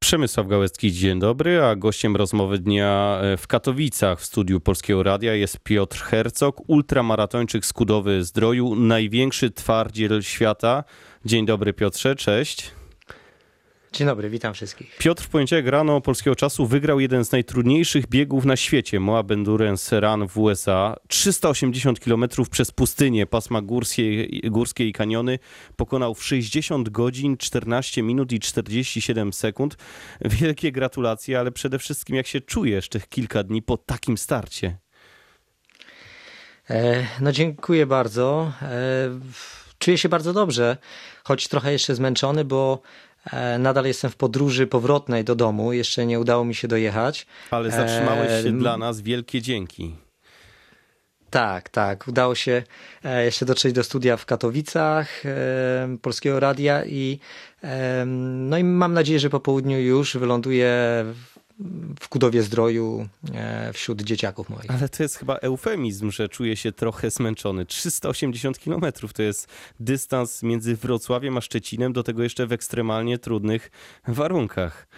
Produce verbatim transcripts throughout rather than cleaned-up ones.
Przemysław Gałecki, dzień dobry, a gościem rozmowy dnia w Katowicach w studiu Polskiego Radia jest Piotr Hercog, ultramaratończyk skudowy Zdroju, największy twardziel świata. Dzień dobry, Piotrze, cześć. Dzień dobry, witam wszystkich. Piotr w poniedziałek rano polskiego czasu wygrał jeden z najtrudniejszych biegów na świecie, Moab Endurance Run w U S A. trzysta osiemdziesiąt kilometrów przez pustynię, pasma górskie, górskie i kaniony pokonał w sześćdziesiąt godzin, czternaście minut i czterdzieści siedem sekund. Wielkie gratulacje, ale przede wszystkim jak się czujesz tych kilka dni po takim starcie? E, no dziękuję bardzo. E, czuję się bardzo dobrze, choć trochę jeszcze zmęczony, bo nadal jestem w podróży powrotnej do domu, jeszcze nie udało mi się dojechać. Ale zatrzymałeś się e... dla nas, wielkie dzięki. Tak, tak. Udało się jeszcze dotrzeć do studia w Katowicach e, Polskiego Radia i e, no i mam nadzieję, że po południu już wyląduję w w Kudowie Zdroju wśród dzieciaków moich. Ale to jest chyba eufemizm, że czuję się trochę zmęczony. trzysta osiemdziesiąt kilometrów to jest dystans między Wrocławiem a Szczecinem, do tego jeszcze w ekstremalnie trudnych warunkach.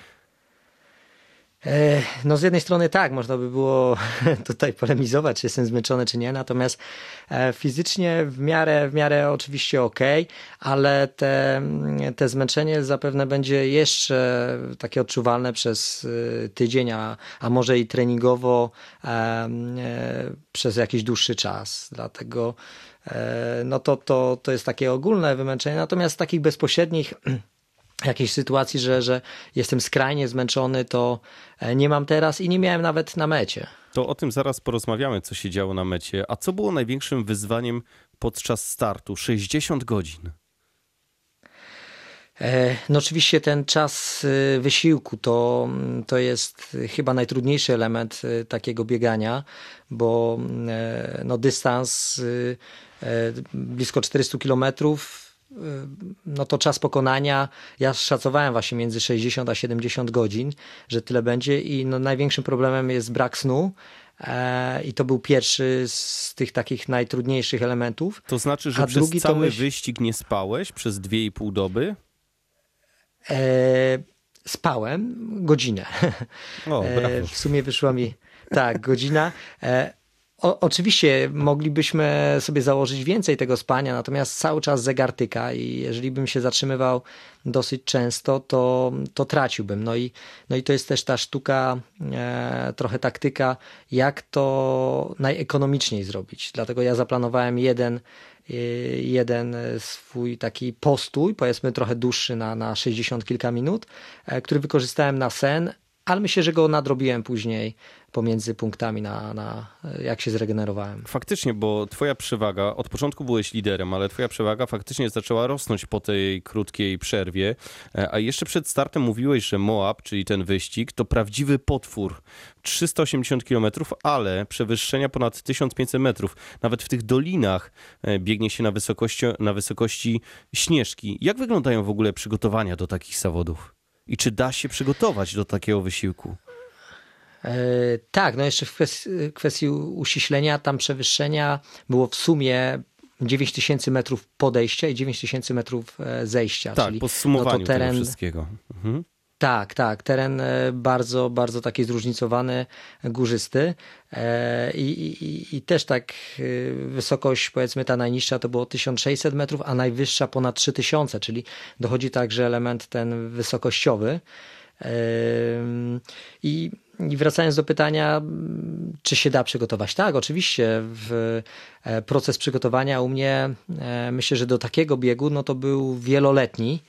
No z jednej strony tak, można by było tutaj polemizować, czy jestem zmęczony, czy nie, natomiast fizycznie w miarę, w miarę oczywiście okej, ale te, te zmęczenie zapewne będzie jeszcze takie odczuwalne przez tydzień, a, a może i treningowo e, przez jakiś dłuższy czas, dlatego e, no to, to, to jest takie ogólne wymęczenie, natomiast takich bezpośrednich jakiejś sytuacji, że, że jestem skrajnie zmęczony, to nie mam teraz i nie miałem nawet na mecie. To o tym zaraz porozmawiamy, co się działo na mecie. A co było największym wyzwaniem podczas startu? sześćdziesiąt godzin. No oczywiście ten czas wysiłku to, to jest chyba najtrudniejszy element takiego biegania, bo no, dystans blisko czterysta kilometrów, no to czas pokonania, ja szacowałem właśnie między sześćdziesiąt a siedemdziesiąt godzin, że tyle będzie i no największym problemem jest brak snu e, i to był pierwszy z tych takich najtrudniejszych elementów. To znaczy, że a przez drugi cały myśl... wyścig nie spałeś przez dwie i pół doby? E, spałem godzinę. O, brawo. E, w sumie wyszła mi tak, godzina. E, O, oczywiście moglibyśmy sobie założyć więcej tego spania, natomiast cały czas zegar tyka i jeżeli bym się zatrzymywał dosyć często, to, to traciłbym. No i, no i to jest też ta sztuka, e, trochę taktyka, jak to najekonomiczniej zrobić. Dlatego ja zaplanowałem jeden, e, jeden swój taki postój, powiedzmy trochę dłuższy na, na sześćdziesiąt kilka minut, e, który wykorzystałem na sen, ale myślę, że go nadrobiłem później pomiędzy punktami, na, na jak się zregenerowałem. Faktycznie, bo twoja przewaga, od początku byłeś liderem, ale twoja przewaga faktycznie zaczęła rosnąć po tej krótkiej przerwie. A jeszcze przed startem mówiłeś, że Moab, czyli ten wyścig, to prawdziwy potwór. trzysta osiemdziesiąt kilometrów, ale przewyższenia ponad tysiąc pięćset metrów. Nawet w tych dolinach biegnie się na wysokości, na wysokości Śnieżki. Jak wyglądają w ogóle przygotowania do takich zawodów? I czy da się przygotować do takiego wysiłku? E, tak, no jeszcze w kwestii, kwestii uściślenia, tam przewyższenia było w sumie dziewięć tysięcy metrów podejścia i dziewięć tysięcy metrów zejścia. Tak, czyli po zsumowaniu no to teren, tego wszystkiego. Mhm. Tak, tak. Teren bardzo, bardzo taki zróżnicowany, górzysty i, i, i też tak wysokość, powiedzmy ta najniższa to było tysiąc sześćset metrów, a najwyższa ponad trzy tysiące, czyli dochodzi także element ten wysokościowy. I, I wracając do pytania, czy się da przygotować? Tak, oczywiście. W proces przygotowania u mnie, myślę, że do takiego biegu, no to był wieloletni.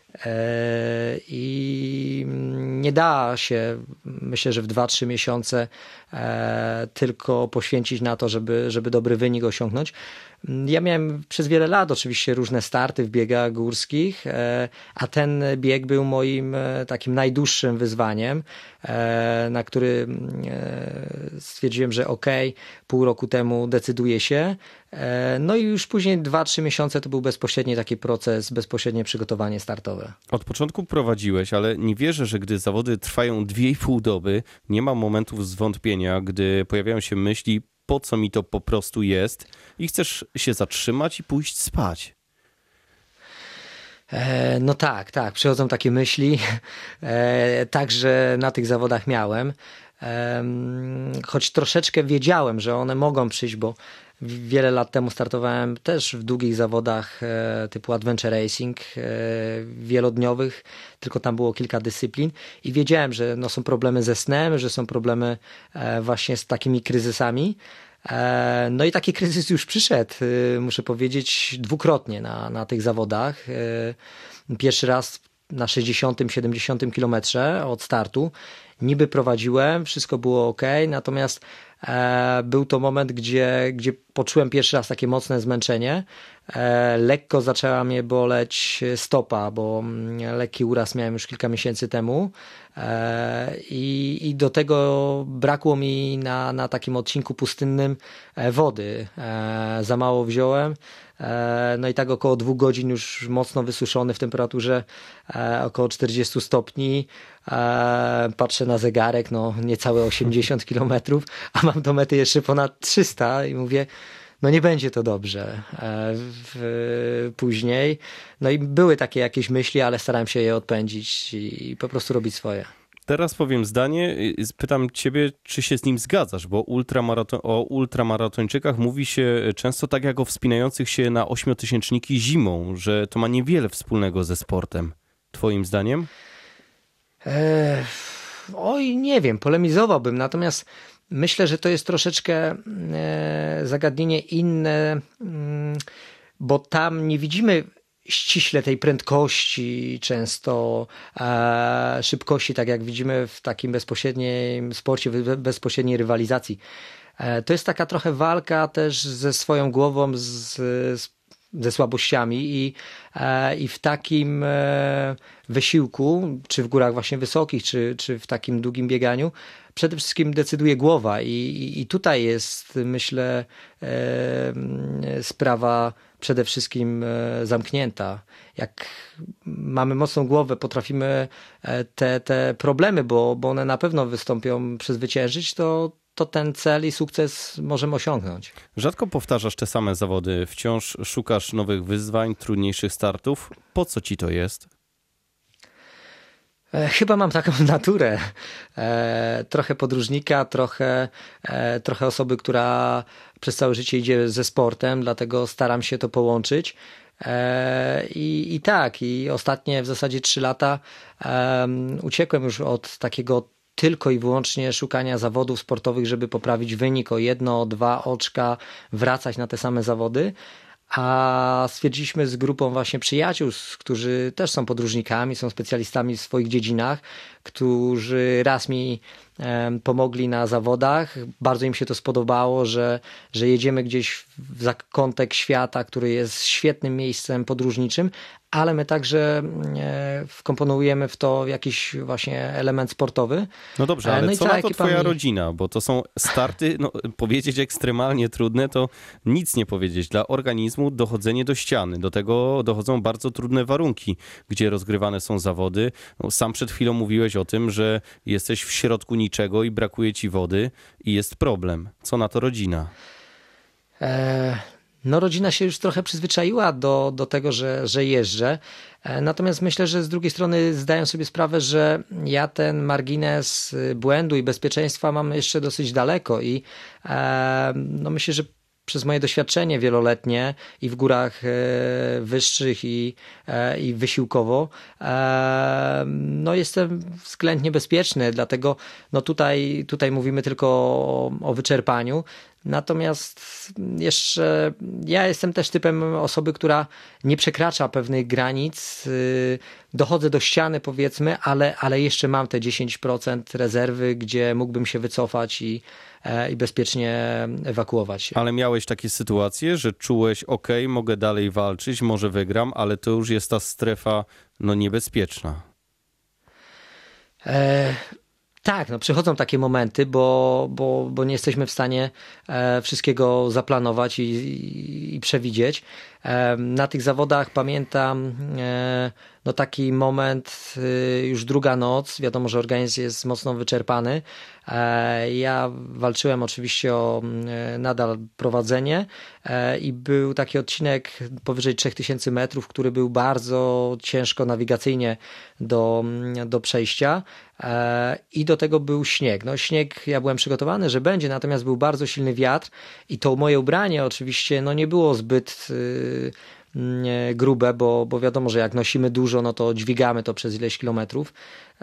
I nie da się, myślę, że w dwa trzy miesiące tylko poświęcić na to, żeby, żeby dobry wynik osiągnąć. Ja miałem przez wiele lat oczywiście różne starty w biegach górskich, a ten bieg był moim takim najdłuższym wyzwaniem, na który stwierdziłem, że okej, pół roku temu decyduję się. No i już później dwa trzy miesiące to był bezpośredni taki proces, bezpośrednie przygotowanie startowe. Od początku prowadziłeś, ale nie wierzę, że gdy zawody trwają dwie i pół doby, nie ma momentów zwątpienia, gdy pojawiają się myśli, po co mi to po prostu jest i chcesz się zatrzymać i pójść spać. E, no tak, tak, przychodzą takie myśli. E, także na tych zawodach miałem. E, choć troszeczkę wiedziałem, że one mogą przyjść, bo wiele lat temu startowałem też w długich zawodach e, typu Adventure Racing, e, wielodniowych, tylko tam było kilka dyscyplin i wiedziałem, że no, są problemy ze snem, że są problemy e, właśnie z takimi kryzysami. E, no i taki kryzys już przyszedł, e, muszę powiedzieć, dwukrotnie na, na tych zawodach. E, pierwszy raz na sześćdziesiątym siedemdziesiątym kilometrze od startu. Niby prowadziłem, wszystko było ok, natomiast e, był to moment, gdzie, gdzie poczułem pierwszy raz takie mocne zmęczenie. E, lekko zaczęła mnie boleć stopa, bo mm, lekki uraz miałem już kilka miesięcy temu e, i, i do tego brakło mi na, na takim odcinku pustynnym e, wody. E, za mało wziąłem. No i tak około dwóch godzin już mocno wysuszony w temperaturze około czterdziestu stopni. Patrzę na zegarek, no niecałe osiemdziesiąt kilometrów, a mam do mety jeszcze ponad trzysta i mówię, no nie będzie to dobrze w, później. No i były takie jakieś myśli, ale starałem się je odpędzić i po prostu robić swoje. Teraz powiem zdanie, pytam ciebie, czy się z nim zgadzasz, bo ultramaraton, o ultramaratończykach mówi się często tak jak o wspinających się na ośmiotysięczniki zimą, że to ma niewiele wspólnego ze sportem. Twoim zdaniem? Eee, oj, nie wiem, polemizowałbym, natomiast myślę, że to jest troszeczkę e, zagadnienie inne, m, bo tam nie widzimy ściśle tej prędkości, często e, szybkości, tak jak widzimy w takim bezpośrednim sporcie, w bezpośredniej rywalizacji. E, to jest taka trochę walka też ze swoją głową, z, z, ze słabościami i, e, i w takim e, wysiłku, czy w górach właśnie wysokich, czy, czy w takim długim bieganiu, przede wszystkim decyduje głowa i, i, i tutaj jest, myślę, e, sprawa przede wszystkim zamknięta. Jak mamy mocną głowę, potrafimy te, te problemy, bo, bo one na pewno wystąpią, przezwyciężyć, to, to ten cel i sukces możemy osiągnąć. Rzadko powtarzasz te same zawody. Wciąż szukasz nowych wyzwań, trudniejszych startów. Po co ci to jest? Chyba mam taką naturę. E, trochę podróżnika, trochę, e, trochę osoby, która przez całe życie idzie ze sportem, dlatego staram się to połączyć. E, i, I tak, i ostatnie w zasadzie trzy lata e, uciekłem już od takiego tylko i wyłącznie szukania zawodów sportowych, żeby poprawić wynik o jedno, o dwa oczka, wracać na te same zawody. A stwierdziliśmy z grupą właśnie przyjaciół, którzy też są podróżnikami, są specjalistami w swoich dziedzinach, którzy raz mi pomogli na zawodach. Bardzo im się to spodobało, że, że jedziemy gdzieś w zakątek świata, który jest świetnym miejscem podróżniczym, ale my także wkomponujemy w to jakiś właśnie element sportowy. No dobrze, ale no co na to twoja mi... rodzina? Bo to są starty, no, powiedzieć ekstremalnie trudne, to nic nie powiedzieć. Dla organizmu dochodzenie do ściany. Do tego dochodzą bardzo trudne warunki, gdzie rozgrywane są zawody. No, sam przed chwilą mówiłeś o tym, że jesteś w środku niczego i brakuje ci wody i jest problem. Co na to rodzina? E... No rodzina się już trochę przyzwyczaiła do, do tego, że, że jeżdżę. Natomiast myślę, że z drugiej strony zdają sobie sprawę, że ja ten margines błędu i bezpieczeństwa mam jeszcze dosyć daleko i e, no myślę, że przez moje doświadczenie wieloletnie i w górach wyższych i, i wysiłkowo, no jestem względnie bezpieczny, dlatego no tutaj, tutaj mówimy tylko o, o wyczerpaniu. Natomiast jeszcze ja jestem też typem osoby, która nie przekracza pewnych granic. Dochodzę do ściany, powiedzmy, ale, ale jeszcze mam te dziesięć procent rezerwy, gdzie mógłbym się wycofać i, i bezpiecznie ewakuować się. Ale miałeś takie sytuacje, że czułeś, ok, mogę dalej walczyć, może wygram, ale to już jest ta strefa no niebezpieczna. E- Tak, no przychodzą takie momenty, bo, bo, bo nie jesteśmy w stanie e, wszystkiego zaplanować i, i, i przewidzieć. E, na tych zawodach pamiętam, e, no taki moment, już druga noc, wiadomo, że organizm jest mocno wyczerpany. Ja walczyłem oczywiście o nadal prowadzenie i był taki odcinek powyżej trzech tysięcy metrów, który był bardzo ciężko nawigacyjnie do, do przejścia i do tego był śnieg. No śnieg, ja byłem przygotowany, że będzie, natomiast był bardzo silny wiatr i to moje ubranie oczywiście no nie było zbyt grube, bo, bo wiadomo, że jak nosimy dużo, no to dźwigamy to przez ileś kilometrów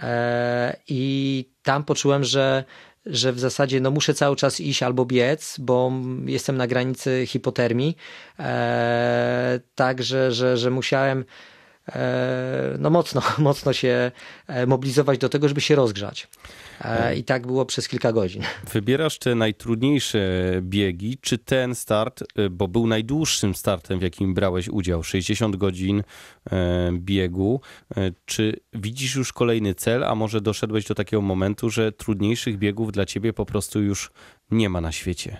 i tam poczułem, że że w zasadzie no muszę cały czas iść albo biec, bo jestem na granicy hipotermii, e, także, że, że musiałem e, no mocno, mocno się mobilizować do tego, żeby się rozgrzać. E, I tak było przez kilka godzin. Wybierasz te najtrudniejsze biegi. Czy ten start, bo był najdłuższym startem, w jakim brałeś udział, sześćdziesiąt godzin biegu, czy widzisz już kolejny cel, a może doszedłeś do takiego momentu, że trudniejszych biegów dla ciebie po prostu już nie ma na świecie?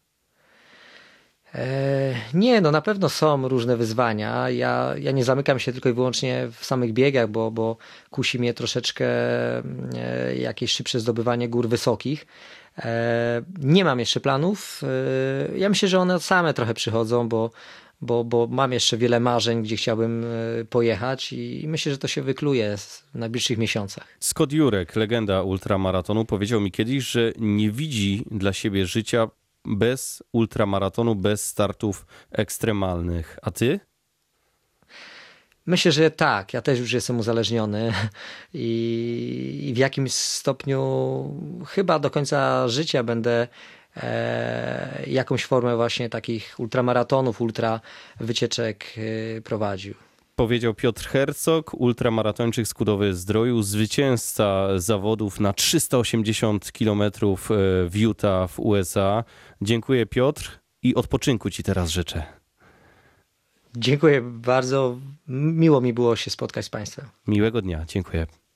Nie, no na pewno są różne wyzwania. Ja, ja nie zamykam się tylko i wyłącznie w samych biegach, bo, bo kusi mnie troszeczkę jakieś szybsze zdobywanie gór wysokich. Nie mam jeszcze planów. Ja myślę, że one same trochę przychodzą, bo, bo, bo mam jeszcze wiele marzeń, gdzie chciałbym pojechać i myślę, że to się wykluje w najbliższych miesiącach. Scott Jurek, legenda ultramaratonu, powiedział mi kiedyś, że nie widzi dla siebie życia bez ultramaratonu, bez startów ekstremalnych. A ty? Myślę, że tak. Ja też już jestem uzależniony i, i w jakimś stopniu chyba do końca życia będę e, jakąś formę właśnie takich ultramaratonów, ultra wycieczek e, prowadził. Powiedział Piotr Hercog, ultramaratończyk z Kudowy-Zdroju, zwycięzca zawodów na trzysta osiemdziesiąt kilometrów w Utah w U S A. Dziękuję, Piotr, i odpoczynku ci teraz życzę. Dziękuję bardzo. Miło mi było się spotkać z Państwem. Miłego dnia. Dziękuję.